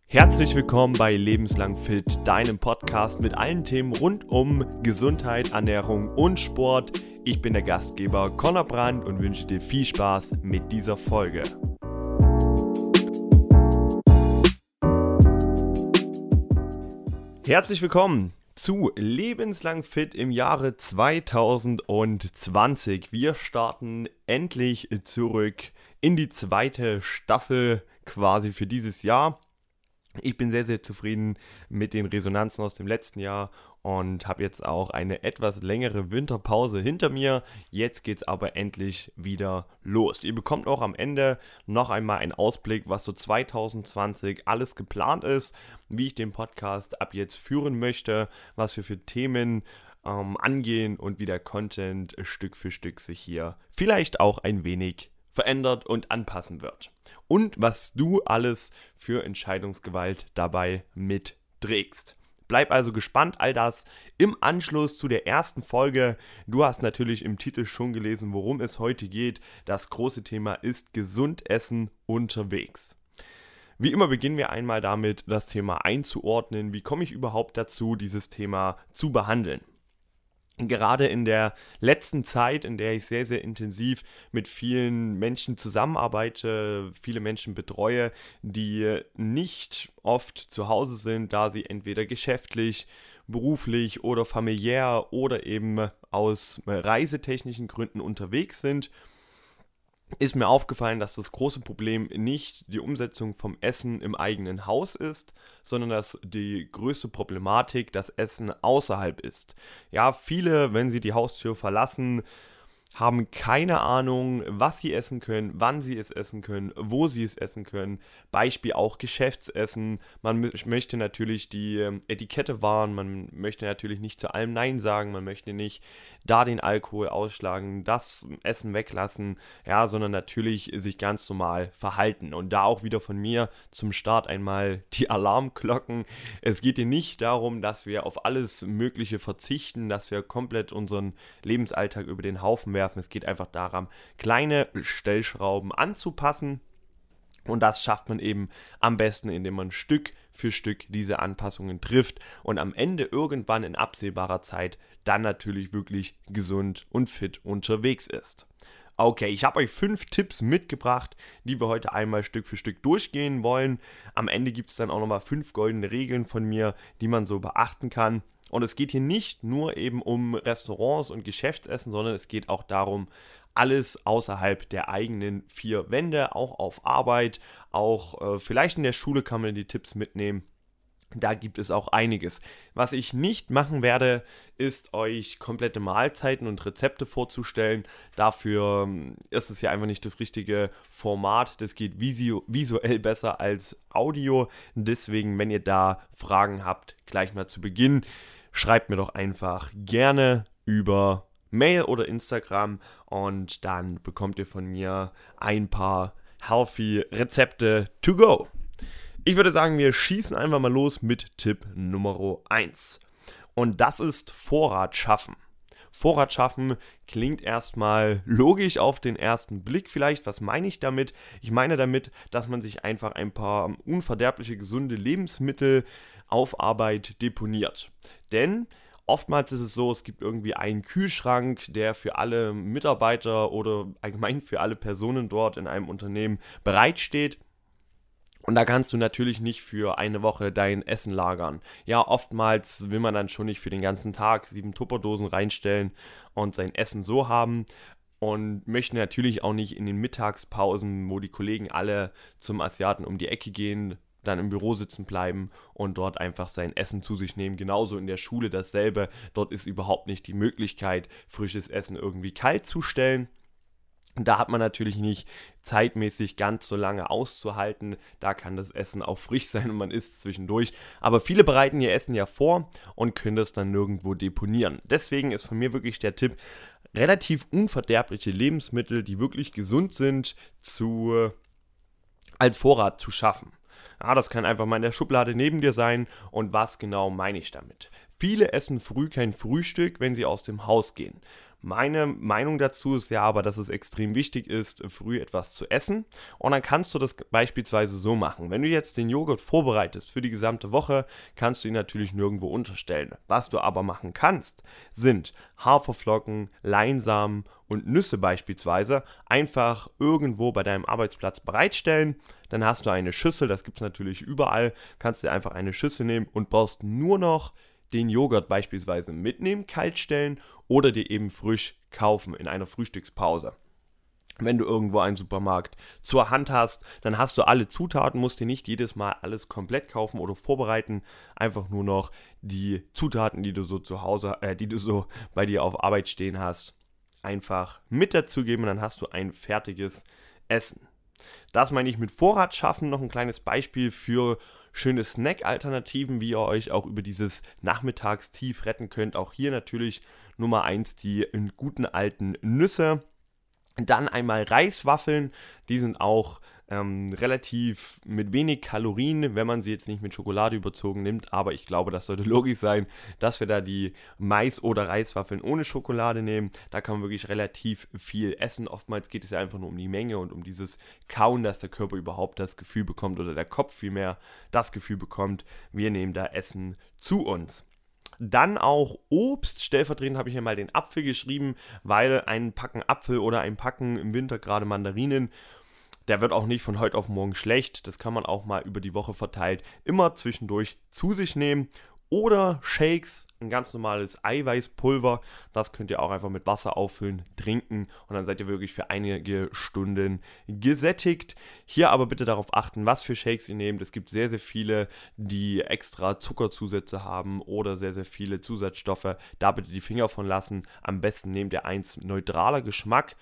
Herzlich willkommen bei Lebenslang Fit, deinem Podcast mit allen Themen rund um Gesundheit, Ernährung und Sport. Ich bin der Gastgeber Conor Brandt und wünsche dir viel Spaß mit dieser Folge. Herzlich willkommen zu Lebenslang Fit im Jahre 2020. Wir starten endlich zurück in die zweite Staffel quasi für dieses Jahr. Ich bin sehr, sehr zufrieden mit den Resonanzen aus dem letzten Jahr und habe jetzt auch eine etwas längere Winterpause hinter mir. Jetzt geht es aber endlich wieder los. Ihr bekommt auch am Ende noch einmal einen Ausblick, was so 2020 alles geplant ist, wie ich den Podcast ab jetzt führen möchte, was wir für Themen angehen und wie der Content Stück für Stück sich hier vielleicht auch ein wenig verändert und anpassen wird. Und was du alles für Entscheidungsgewalt dabei mitträgst. Bleib also gespannt, all das im Anschluss zu der ersten Folge. Du hast natürlich im Titel schon gelesen, worum es heute geht. Das große Thema ist gesund essen unterwegs. Wie immer beginnen wir einmal damit, das Thema einzuordnen. Wie komme ich überhaupt dazu, dieses Thema zu behandeln? Gerade in der letzten Zeit, in der ich sehr, sehr intensiv mit vielen Menschen zusammenarbeite, viele Menschen betreue, die nicht oft zu Hause sind, da sie entweder geschäftlich, beruflich oder familiär oder eben aus reisetechnischen Gründen unterwegs sind, ist mir aufgefallen, dass das große Problem nicht die Umsetzung vom Essen im eigenen Haus ist, sondern dass die größte Problematik das Essen außerhalb ist. Ja, viele, wenn sie die Haustür verlassen, haben keine Ahnung, was sie essen können, wann sie es essen können, wo sie es essen können. Beispiel auch Geschäftsessen. Man möchte natürlich die Etikette wahren, man möchte natürlich nicht zu allem Nein sagen, man möchte nicht da den Alkohol ausschlagen, das Essen weglassen, ja, sondern natürlich sich ganz normal verhalten. Und da auch wieder von mir zum Start einmal die Alarmglocken. Es geht hier nicht darum, dass wir auf alles Mögliche verzichten, dass wir komplett unseren Lebensalltag über den Haufen werfen. Es geht einfach darum, kleine Stellschrauben anzupassen und das schafft man eben am besten, indem man Stück für Stück diese Anpassungen trifft und am Ende irgendwann in absehbarer Zeit dann natürlich wirklich gesund und fit unterwegs ist. Okay, ich habe euch 5 Tipps mitgebracht, die wir heute einmal Stück für Stück durchgehen wollen. Am Ende gibt es dann auch nochmal 5 goldene Regeln von mir, die man so beachten kann. Und es geht hier nicht nur eben um Restaurants und Geschäftsessen, sondern es geht auch darum, alles außerhalb der eigenen 4 Wände, auch auf Arbeit, auch vielleicht in der Schule kann man die Tipps mitnehmen. Da gibt es auch einiges. Was ich nicht machen werde, ist euch komplette Mahlzeiten und Rezepte vorzustellen. Dafür ist es ja einfach nicht das richtige Format. Das geht visuell besser als Audio. Deswegen, wenn ihr da Fragen habt, gleich mal zu Beginn, schreibt mir doch einfach gerne über Mail oder Instagram und dann bekommt ihr von mir ein paar healthy Rezepte to go. Ich würde sagen, wir schießen einfach mal los mit Tipp Nummer 1. Und das ist Vorrat schaffen. Vorrat schaffen klingt erstmal logisch auf den ersten Blick vielleicht. Was meine ich damit? Ich meine damit, dass man sich einfach ein paar unverderbliche, gesunde Lebensmittel auf Arbeit deponiert. Denn oftmals ist es so, es gibt irgendwie einen Kühlschrank, der für alle Mitarbeiter oder allgemein für alle Personen dort in einem Unternehmen bereitsteht. Und da kannst du natürlich nicht für eine Woche dein Essen lagern. Ja, oftmals will man dann schon nicht für den ganzen Tag 7 Tupperdosen reinstellen und sein Essen so haben. Und möchte natürlich auch nicht in den Mittagspausen, wo die Kollegen alle zum Asiaten um die Ecke gehen, dann im Büro sitzen bleiben und dort einfach sein Essen zu sich nehmen. Genauso in der Schule dasselbe. Dort ist überhaupt nicht die Möglichkeit, frisches Essen irgendwie kalt zu stellen. Da hat man natürlich nicht zeitmäßig ganz so lange auszuhalten. Da kann das Essen auch frisch sein und man isst zwischendurch. Aber viele bereiten ihr Essen ja vor und können das dann nirgendwo deponieren. Deswegen ist von mir wirklich der Tipp, relativ unverderbliche Lebensmittel, die wirklich gesund sind, als Vorrat zu schaffen. Ja, das kann einfach mal in der Schublade neben dir sein. Und was genau meine ich damit? Viele essen früh kein Frühstück, wenn sie aus dem Haus gehen. Meine Meinung dazu ist ja aber, dass es extrem wichtig ist, früh etwas zu essen. Und dann kannst du das beispielsweise so machen. Wenn du jetzt den Joghurt vorbereitest für die gesamte Woche, kannst du ihn natürlich nirgendwo unterstellen. Was du aber machen kannst, sind Haferflocken, Leinsamen und Nüsse beispielsweise einfach irgendwo bei deinem Arbeitsplatz bereitstellen. Dann hast du eine Schüssel, das gibt es natürlich überall, kannst dir einfach eine Schüssel nehmen und brauchst nur noch den Joghurt beispielsweise mitnehmen, kalt stellen oder dir eben frisch kaufen in einer Frühstückspause. Wenn du irgendwo einen Supermarkt zur Hand hast, dann hast du alle Zutaten, musst dir nicht jedes Mal alles komplett kaufen oder vorbereiten, einfach nur noch die Zutaten, die du so zu Hause, die du so bei dir auf Arbeit stehen hast, einfach mit dazugeben und dann hast du ein fertiges Essen. Das meine ich mit Vorrat schaffen. Noch ein kleines Beispiel für schöne Snack-Alternativen, wie ihr euch auch über dieses Nachmittagstief retten könnt. Auch hier natürlich Nummer 1 die guten alten Nüsse. Dann einmal Reiswaffeln, die sind auch relativ mit wenig Kalorien, wenn man sie jetzt nicht mit Schokolade überzogen nimmt, aber ich glaube, das sollte logisch sein, dass wir da die Mais- oder Reiswaffeln ohne Schokolade nehmen. Da kann man wirklich relativ viel essen. Oftmals geht es ja einfach nur um die Menge und um dieses Kauen, dass der Körper überhaupt das Gefühl bekommt oder der Kopf vielmehr das Gefühl bekommt, wir nehmen da Essen zu uns. Dann auch Obst. Stellvertretend habe ich hier mal den Apfel geschrieben, weil ein Packen Apfel oder ein Packen im Winter gerade Mandarinen, der wird auch nicht von heute auf morgen schlecht. Das kann man auch mal über die Woche verteilt immer zwischendurch zu sich nehmen. Oder Shakes, ein ganz normales Eiweißpulver. Das könnt ihr auch einfach mit Wasser auffüllen, trinken und dann seid ihr wirklich für einige Stunden gesättigt. Hier aber bitte darauf achten, was für Shakes ihr nehmt. Es gibt sehr, sehr viele, die extra Zuckerzusätze haben oder sehr, sehr viele Zusatzstoffe. Da bitte die Finger von lassen. Am besten nehmt ihr eins neutraler Geschmack.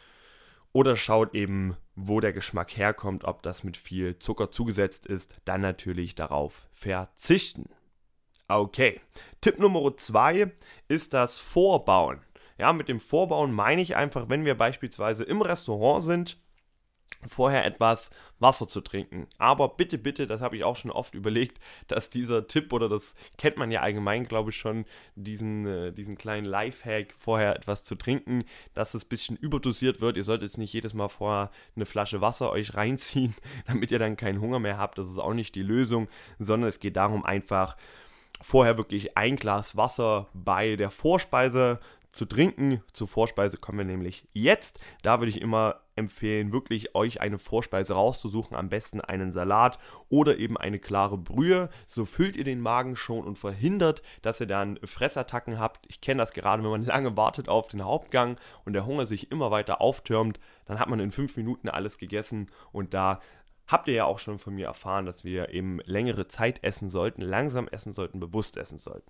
Oder schaut eben, wo der Geschmack herkommt, ob das mit viel Zucker zugesetzt ist. Dann natürlich darauf verzichten. Okay, Tipp Nummer 2 ist das Vorbauen. Ja, mit dem Vorbauen meine ich einfach, wenn wir beispielsweise im Restaurant sind, vorher etwas Wasser zu trinken. Aber bitte, bitte, das habe ich auch schon oft überlegt, dass dieser Tipp, oder das kennt man ja allgemein, glaube ich schon, diesen kleinen Lifehack, vorher etwas zu trinken, dass es ein bisschen überdosiert wird. Ihr solltet jetzt nicht jedes Mal vorher eine Flasche Wasser euch reinziehen, damit ihr dann keinen Hunger mehr habt. Das ist auch nicht die Lösung, sondern es geht darum, einfach vorher wirklich ein Glas Wasser bei der Vorspeise zu trinken. Zur Vorspeise kommen wir nämlich jetzt. Da würde ich immer empfehlen, wirklich euch eine Vorspeise rauszusuchen, am besten einen Salat oder eben eine klare Brühe. So füllt ihr den Magen schon und verhindert, dass ihr dann Fressattacken habt. Ich kenne das gerade, wenn man lange wartet auf den Hauptgang und der Hunger sich immer weiter auftürmt, dann hat man in 5 Minuten alles gegessen und da habt ihr ja auch schon von mir erfahren, dass wir eben längere Zeit essen sollten, langsam essen sollten, bewusst essen sollten.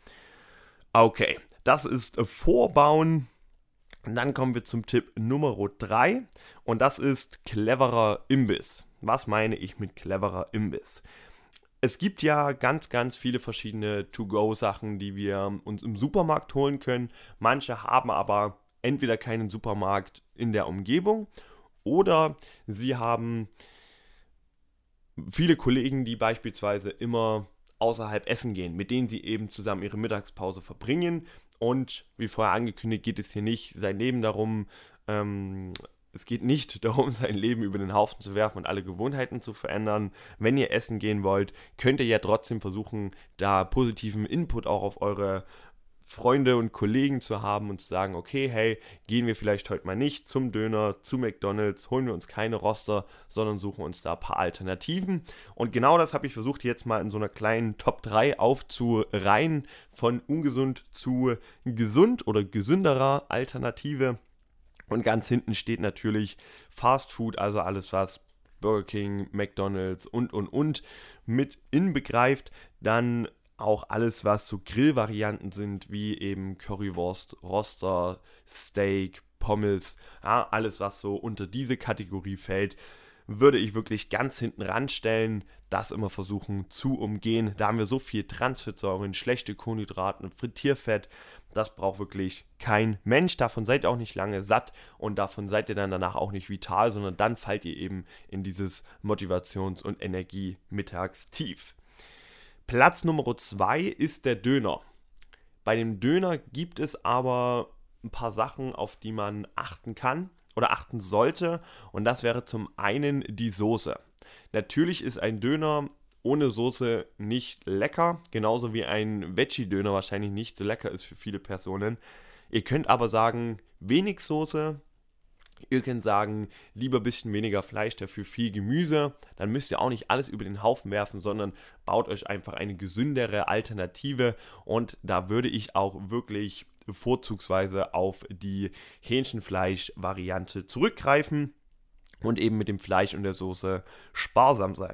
Okay, das ist Vorbauen. Und dann kommen wir zum Tipp Nummer 3 und das ist cleverer Imbiss. Was meine ich mit cleverer Imbiss? Es gibt ja ganz, ganz viele verschiedene To-Go-Sachen, die wir uns im Supermarkt holen können. Manche haben aber entweder keinen Supermarkt in der Umgebung oder sie haben viele Kollegen, die beispielsweise immer außerhalb essen gehen, mit denen sie eben zusammen ihre Mittagspause verbringen. Und wie vorher angekündigt, geht es hier nicht sein Leben darum, es geht nicht darum, sein Leben über den Haufen zu werfen und alle Gewohnheiten zu verändern. Wenn ihr essen gehen wollt, könnt ihr ja trotzdem versuchen, da positiven Input auch auf eure Freunde und Kollegen zu haben und zu sagen, okay, hey, gehen wir vielleicht heute mal nicht zum Döner, zu McDonald's, holen wir uns keine Roster, sondern suchen uns da ein paar Alternativen. Und genau das habe ich versucht jetzt mal in so einer kleinen Top 3 aufzureihen, von ungesund zu gesund oder gesünderer Alternative. Und ganz hinten steht natürlich Fast Food, also alles, was Burger King, McDonald's und mit inbegreift. Dann auch alles, was so Grillvarianten sind, wie eben Currywurst, Roster, Steak, Pommes, ja, alles, was so unter diese Kategorie fällt, würde ich wirklich ganz hinten ranstellen, das immer versuchen zu umgehen. Da haben wir so viel Transfettsäuren, schlechte Kohlenhydraten, Frittierfett, das braucht wirklich kein Mensch. Davon seid ihr auch nicht lange satt und davon seid ihr dann danach auch nicht vital, sondern dann fallt ihr eben in dieses Motivations- und Energie-Mittagstief. Platz Nummer 2 ist der Döner. Bei dem Döner gibt es aber ein paar Sachen, auf die man achten kann oder achten sollte. Und das wäre zum einen die Soße. Natürlich ist ein Döner ohne Soße nicht lecker, genauso wie ein Veggie-Döner wahrscheinlich nicht so lecker ist für viele Personen. Ihr könnt aber sagen, wenig Soße. Ihr könnt sagen, lieber ein bisschen weniger Fleisch, dafür viel Gemüse. Dann müsst ihr auch nicht alles über den Haufen werfen, sondern baut euch einfach eine gesündere Alternative. Und da würde ich auch wirklich vorzugsweise auf die Hähnchenfleisch-Variante zurückgreifen und eben mit dem Fleisch und der Soße sparsam sein.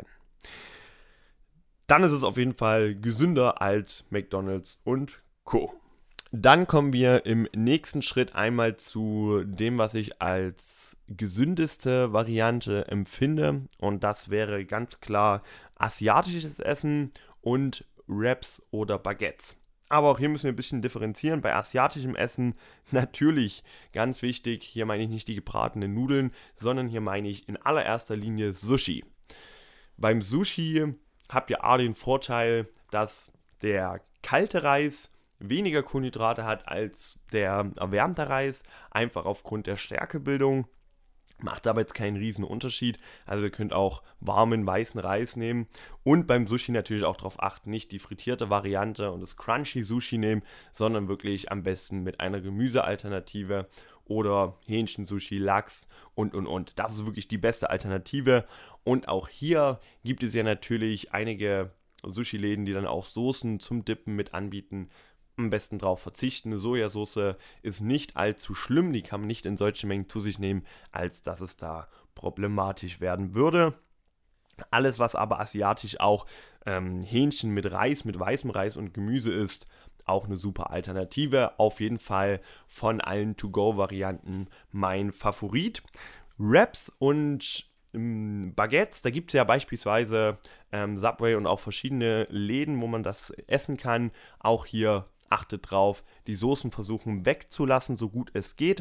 Dann ist es auf jeden Fall gesünder als McDonald's und Co. Dann kommen wir im nächsten Schritt einmal zu dem, was ich als gesündeste Variante empfinde. Und das wäre ganz klar asiatisches Essen und Wraps oder Baguettes. Aber auch hier müssen wir ein bisschen differenzieren. Bei asiatischem Essen natürlich ganz wichtig, hier meine ich nicht die gebratenen Nudeln, sondern hier meine ich in allererster Linie Sushi. Beim Sushi habt ihr den Vorteil, dass der kalte Reis weniger Kohlenhydrate hat als der erwärmte Reis, einfach aufgrund der Stärkebildung. Macht aber jetzt keinen riesen Unterschied. Also ihr könnt auch warmen weißen Reis nehmen und beim Sushi natürlich auch darauf achten, nicht die frittierte Variante und das Crunchy Sushi nehmen, sondern wirklich am besten mit einer Gemüsealternative oder Hähnchensushi, Lachs und. Das ist wirklich die beste Alternative. Und auch hier gibt es ja natürlich einige Sushi-Läden, die dann auch Soßen zum Dippen mit anbieten. Am besten drauf verzichten. Eine Sojasauce ist nicht allzu schlimm, die kann man nicht in solchen Mengen zu sich nehmen, als dass es da problematisch werden würde. Alles, was aber asiatisch auch Hähnchen mit Reis, mit weißem Reis und Gemüse ist, auch eine super Alternative. Auf jeden Fall von allen To-Go-Varianten mein Favorit. Wraps und Baguettes, da gibt es ja beispielsweise Subway und auch verschiedene Läden, wo man das essen kann. Auch hier achtet drauf, die Soßen versuchen wegzulassen, so gut es geht.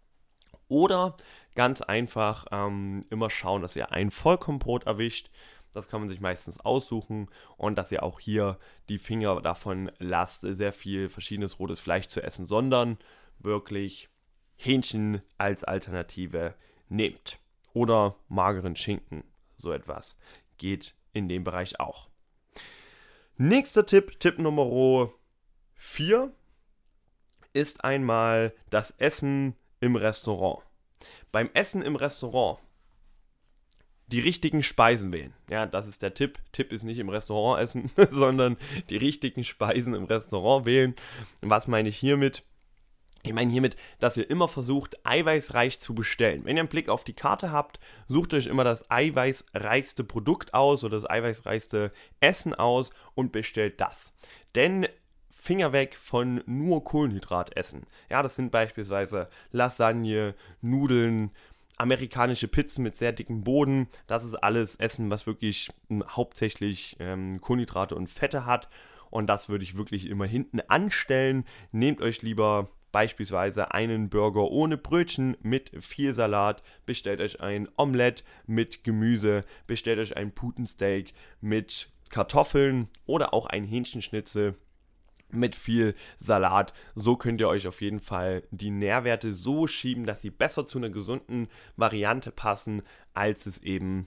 Oder ganz einfach immer schauen, dass ihr ein Vollkornbrot erwischt. Das kann man sich meistens aussuchen. Und dass ihr auch hier die Finger davon lasst, sehr viel verschiedenes rotes Fleisch zu essen, sondern wirklich Hähnchen als Alternative nehmt. Oder mageren Schinken, so etwas geht in dem Bereich auch. Nächster Tipp Nummer 4 ist einmal das Essen im Restaurant. Beim Essen im Restaurant die richtigen Speisen wählen. Ja, das ist der Tipp. Tipp ist nicht im Restaurant essen, sondern die richtigen Speisen im Restaurant wählen. Was meine ich hiermit? Ich meine hiermit, dass ihr immer versucht, eiweißreich zu bestellen. Wenn ihr einen Blick auf die Karte habt, sucht euch immer das eiweißreichste Produkt aus oder das eiweißreichste Essen aus und bestellt das. Denn Finger weg von nur Kohlenhydratessen. Ja, das sind beispielsweise Lasagne, Nudeln, amerikanische Pizzen mit sehr dickem Boden. Das ist alles Essen, was wirklich hauptsächlich Kohlenhydrate und Fette hat. Und das würde ich wirklich immer hinten anstellen. Nehmt euch lieber beispielsweise einen Burger ohne Brötchen mit viel Salat, bestellt euch ein Omelett mit Gemüse, bestellt euch ein Putensteak mit Kartoffeln oder auch ein Hähnchenschnitzel mit viel Salat. So könnt ihr euch auf jeden Fall die Nährwerte so schieben, dass sie besser zu einer gesunden Variante passen, als es eben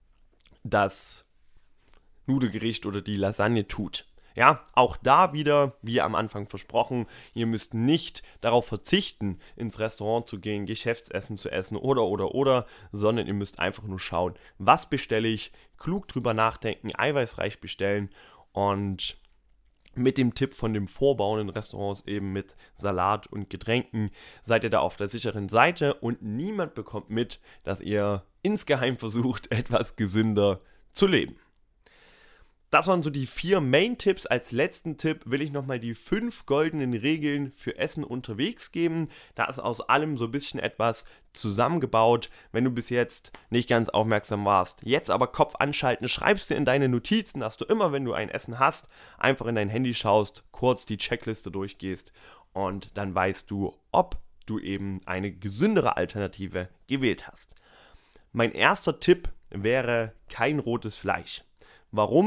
das Nudelgericht oder die Lasagne tut. Ja, auch da wieder, wie am Anfang versprochen, ihr müsst nicht darauf verzichten, ins Restaurant zu gehen, Geschäftsessen zu essen oder, sondern ihr müsst einfach nur schauen, was bestelle ich, klug drüber nachdenken, eiweißreich bestellen und mit dem Tipp von dem Vorbau in Restaurants eben mit Salat und Getränken seid ihr da auf der sicheren Seite und niemand bekommt mit, dass ihr insgeheim versucht, etwas gesünder zu leben. Das waren so die 4 Main-Tipps. Als letzten Tipp will ich nochmal die 5 goldenen Regeln für Essen unterwegs geben. Da ist aus allem so ein bisschen etwas zusammengebaut. Wenn du bis jetzt nicht ganz aufmerksam warst, jetzt aber Kopf anschalten, schreibst dir in deine Notizen, dass du immer, wenn du ein Essen hast, einfach in dein Handy schaust, kurz die Checkliste durchgehst und dann weißt du, ob du eben eine gesündere Alternative gewählt hast. Mein erster Tipp wäre kein rotes Fleisch. Warum?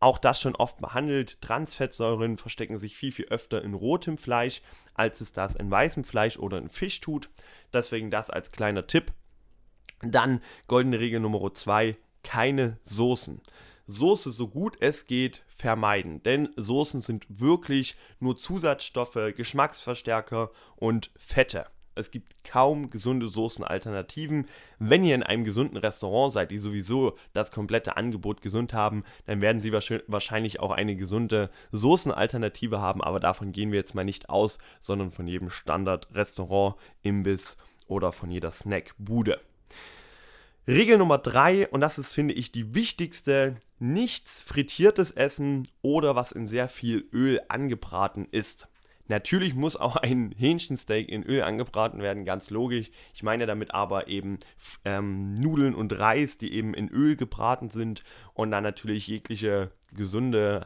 auch das schon oft behandelt. Transfettsäuren verstecken sich viel, viel öfter in rotem Fleisch, als es das in weißem Fleisch oder in Fisch tut. Deswegen das als kleiner Tipp. Dann goldene Regel Nummer 2, keine Soßen. Soße so gut es geht vermeiden, denn Soßen sind wirklich nur Zusatzstoffe, Geschmacksverstärker und Fette. Es gibt kaum gesunde Soßenalternativen. Wenn ihr in einem gesunden Restaurant seid, die sowieso das komplette Angebot gesund haben, dann werden sie wahrscheinlich auch eine gesunde Soßenalternative haben, aber davon gehen wir jetzt mal nicht aus, sondern von jedem Standard-Restaurant, Imbiss oder von jeder Snackbude. Regel Nummer 3, und das ist, finde ich, die wichtigste: nichts frittiertes essen oder was in sehr viel Öl angebraten ist. Natürlich muss auch ein Hähnchensteak in Öl angebraten werden, ganz logisch. Ich meine damit aber eben Nudeln und Reis, die eben in Öl gebraten sind und dann natürlich jegliche gesunde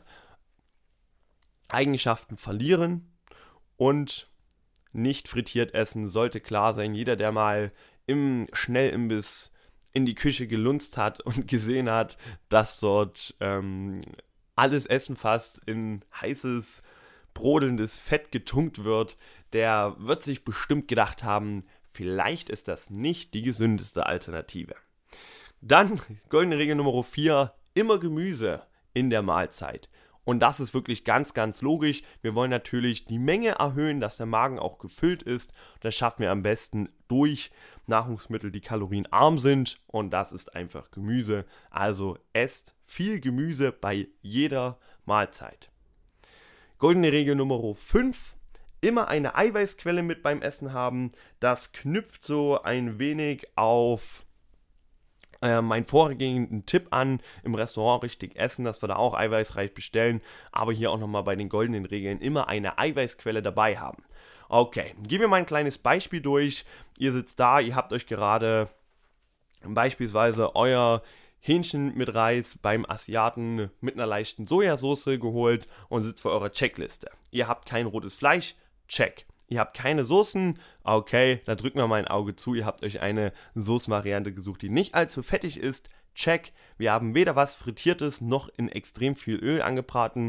Eigenschaften verlieren. Und nicht frittiert essen sollte klar sein. Jeder, der mal im Schnellimbiss in die Küche gelunzt hat und gesehen hat, dass dort alles Essen fast in heißes, brodelndes Fett getunkt wird, der wird sich bestimmt gedacht haben, vielleicht ist das nicht die gesündeste Alternative. Dann goldene Regel Nummer 4, immer Gemüse in der Mahlzeit. Und das ist wirklich ganz, ganz logisch. Wir wollen natürlich die Menge erhöhen, dass der Magen auch gefüllt ist. Das schaffen wir am besten durch Nahrungsmittel, die kalorienarm sind. Und das ist einfach Gemüse. Also esst viel Gemüse bei jeder Mahlzeit. Goldene Regel Nummer 5. Immer eine Eiweißquelle mit beim Essen haben. Das knüpft so ein wenig auf meinen vorhergehenden Tipp an, im Restaurant richtig essen, dass wir da auch eiweißreich bestellen, aber hier auch nochmal bei den goldenen Regeln immer eine Eiweißquelle dabei haben. Okay, gehen wir mal ein kleines Beispiel durch. Ihr sitzt da, ihr habt euch gerade beispielsweise euer Hähnchen mit Reis beim Asiaten mit einer leichten Sojasauce geholt und sitzt vor eurer Checkliste. Ihr habt kein rotes Fleisch, check. Ihr habt keine Soßen, okay, da drücken wir mal ein Auge zu, ihr habt euch eine Soßenvariante gesucht, die nicht allzu fettig ist, check. Wir haben weder was Frittiertes noch in extrem viel Öl angebratenes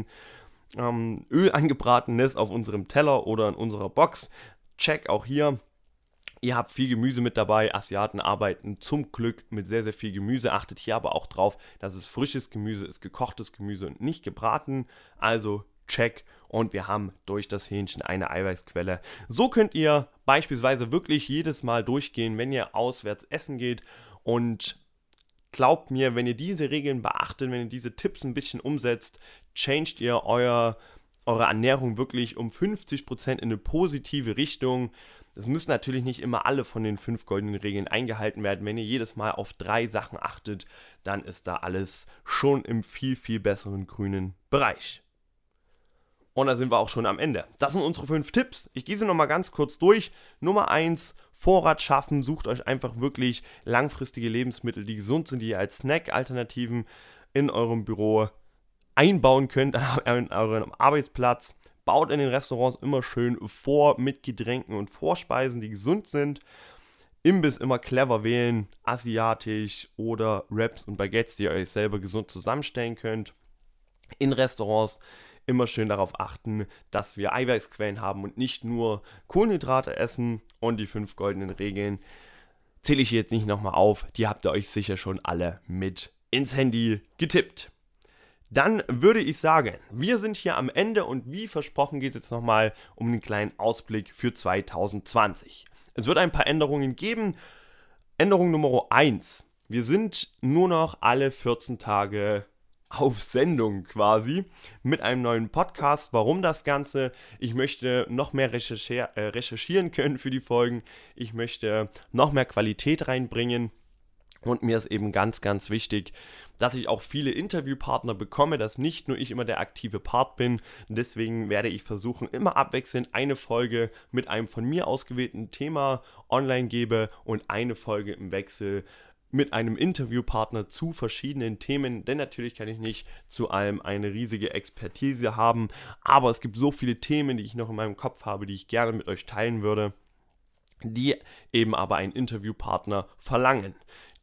auf unserem Teller oder in unserer Box, check auch hier. Ihr habt viel Gemüse mit dabei, Asiaten arbeiten zum Glück mit sehr, sehr viel Gemüse, achtet hier aber auch drauf, dass es frisches Gemüse ist, gekochtes Gemüse und nicht gebraten, also check, und wir haben durch das Hähnchen eine Eiweißquelle. So könnt ihr beispielsweise wirklich jedes Mal durchgehen, wenn ihr auswärts essen geht, und glaubt mir, wenn ihr diese Regeln beachtet, wenn ihr diese Tipps ein bisschen umsetzt, changed ihr eure Ernährung wirklich um 50% in eine positive Richtung. Es müssen natürlich nicht immer alle von den 5 goldenen Regeln eingehalten werden. Wenn ihr jedes Mal auf 3 Sachen achtet, dann ist da alles schon im viel, viel besseren grünen Bereich. Und da sind wir auch schon am Ende. Das sind unsere 5 Tipps. Ich gehe sie nochmal ganz kurz durch. Nummer 1, Vorrat schaffen. Sucht euch einfach wirklich langfristige Lebensmittel, die gesund sind, die ihr als Snack-Alternativen in eurem Büro einbauen könnt, an eurem Arbeitsplatz. Baut in den Restaurants immer schön vor mit Getränken und Vorspeisen, die gesund sind. Imbiss immer clever wählen, asiatisch oder Wraps und Baguettes, die ihr euch selber gesund zusammenstellen könnt. In Restaurants immer schön darauf achten, dass wir Eiweißquellen haben und nicht nur Kohlenhydrate essen. Und die 5 goldenen Regeln zähle ich jetzt nicht nochmal auf. Die habt ihr euch sicher schon alle mit ins Handy getippt. Dann würde ich sagen, wir sind hier am Ende und wie versprochen geht es jetzt nochmal um einen kleinen Ausblick für 2020. Es wird ein paar Änderungen geben. Änderung Nummer 1. Wir sind nur noch alle 14 Tage auf Sendung quasi mit einem neuen Podcast. Warum das Ganze? Ich möchte noch mehr recherchieren können für die Folgen. Ich möchte noch mehr Qualität reinbringen. Und mir ist eben ganz, ganz wichtig, dass ich auch viele Interviewpartner bekomme, dass nicht nur ich immer der aktive Part bin. Deswegen werde ich versuchen, immer abwechselnd eine Folge mit einem von mir ausgewählten Thema online gebe und eine Folge im Wechsel mit einem Interviewpartner zu verschiedenen Themen, denn natürlich kann ich nicht zu allem eine riesige Expertise haben, aber es gibt so viele Themen, die ich noch in meinem Kopf habe, die ich gerne mit euch teilen würde, die eben aber einen Interviewpartner verlangen.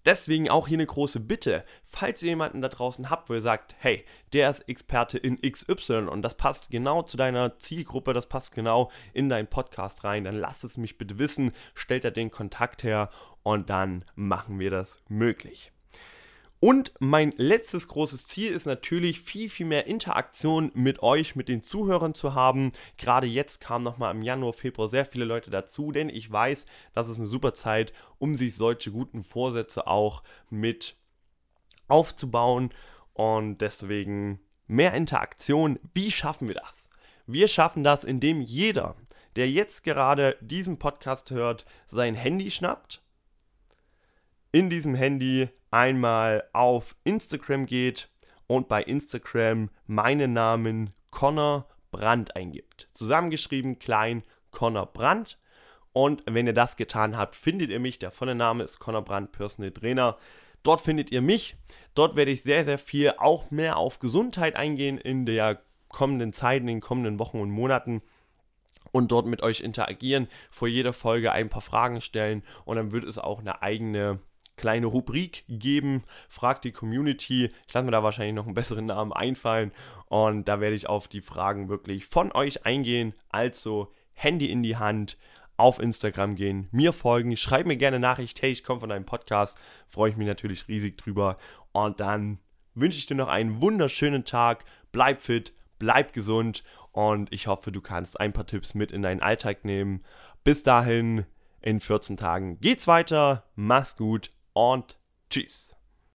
Deswegen auch hier eine große Bitte, falls ihr jemanden da draußen habt, wo ihr sagt, hey, der ist Experte in XY und das passt genau zu deiner Zielgruppe, das passt genau in deinen Podcast rein, dann lasst es mich bitte wissen, stellt da den Kontakt her und dann machen wir das möglich. Und mein letztes großes Ziel ist natürlich, viel, viel mehr Interaktion mit euch, mit den Zuhörern zu haben. Gerade jetzt kamen nochmal im Januar, Februar sehr viele Leute dazu, denn ich weiß, das ist eine super Zeit, um sich solche guten Vorsätze auch mit aufzubauen. Und deswegen mehr Interaktion. Wie schaffen wir das? Wir schaffen das, indem jeder, der jetzt gerade diesen Podcast hört, sein Handy schnappt, in diesem Handy einmal auf Instagram geht und bei Instagram meinen Namen Conor Brandt eingibt. Zusammengeschrieben klein Conor Brandt. Und wenn ihr das getan habt, findet ihr mich. Der volle Name ist Conor Brandt, Personal Trainer. Dort findet ihr mich. Dort werde ich sehr, sehr viel auch mehr auf Gesundheit eingehen in der kommenden Zeit, in den kommenden Wochen und Monaten. Und dort mit euch interagieren, vor jeder Folge ein paar Fragen stellen. Und dann wird es auch eine eigene kleine Rubrik geben, fragt die Community, ich lasse mir da wahrscheinlich noch einen besseren Namen einfallen und da werde ich auf die Fragen wirklich von euch eingehen, also Handy in die Hand, auf Instagram gehen, mir folgen, schreibt mir gerne Nachricht, hey, ich komme von deinem Podcast, freue ich mich natürlich riesig drüber und dann wünsche ich dir noch einen wunderschönen Tag, bleib fit, bleib gesund und ich hoffe, du kannst ein paar Tipps mit in deinen Alltag nehmen. Bis dahin, in 14 Tagen geht's weiter, mach's gut und tschüss.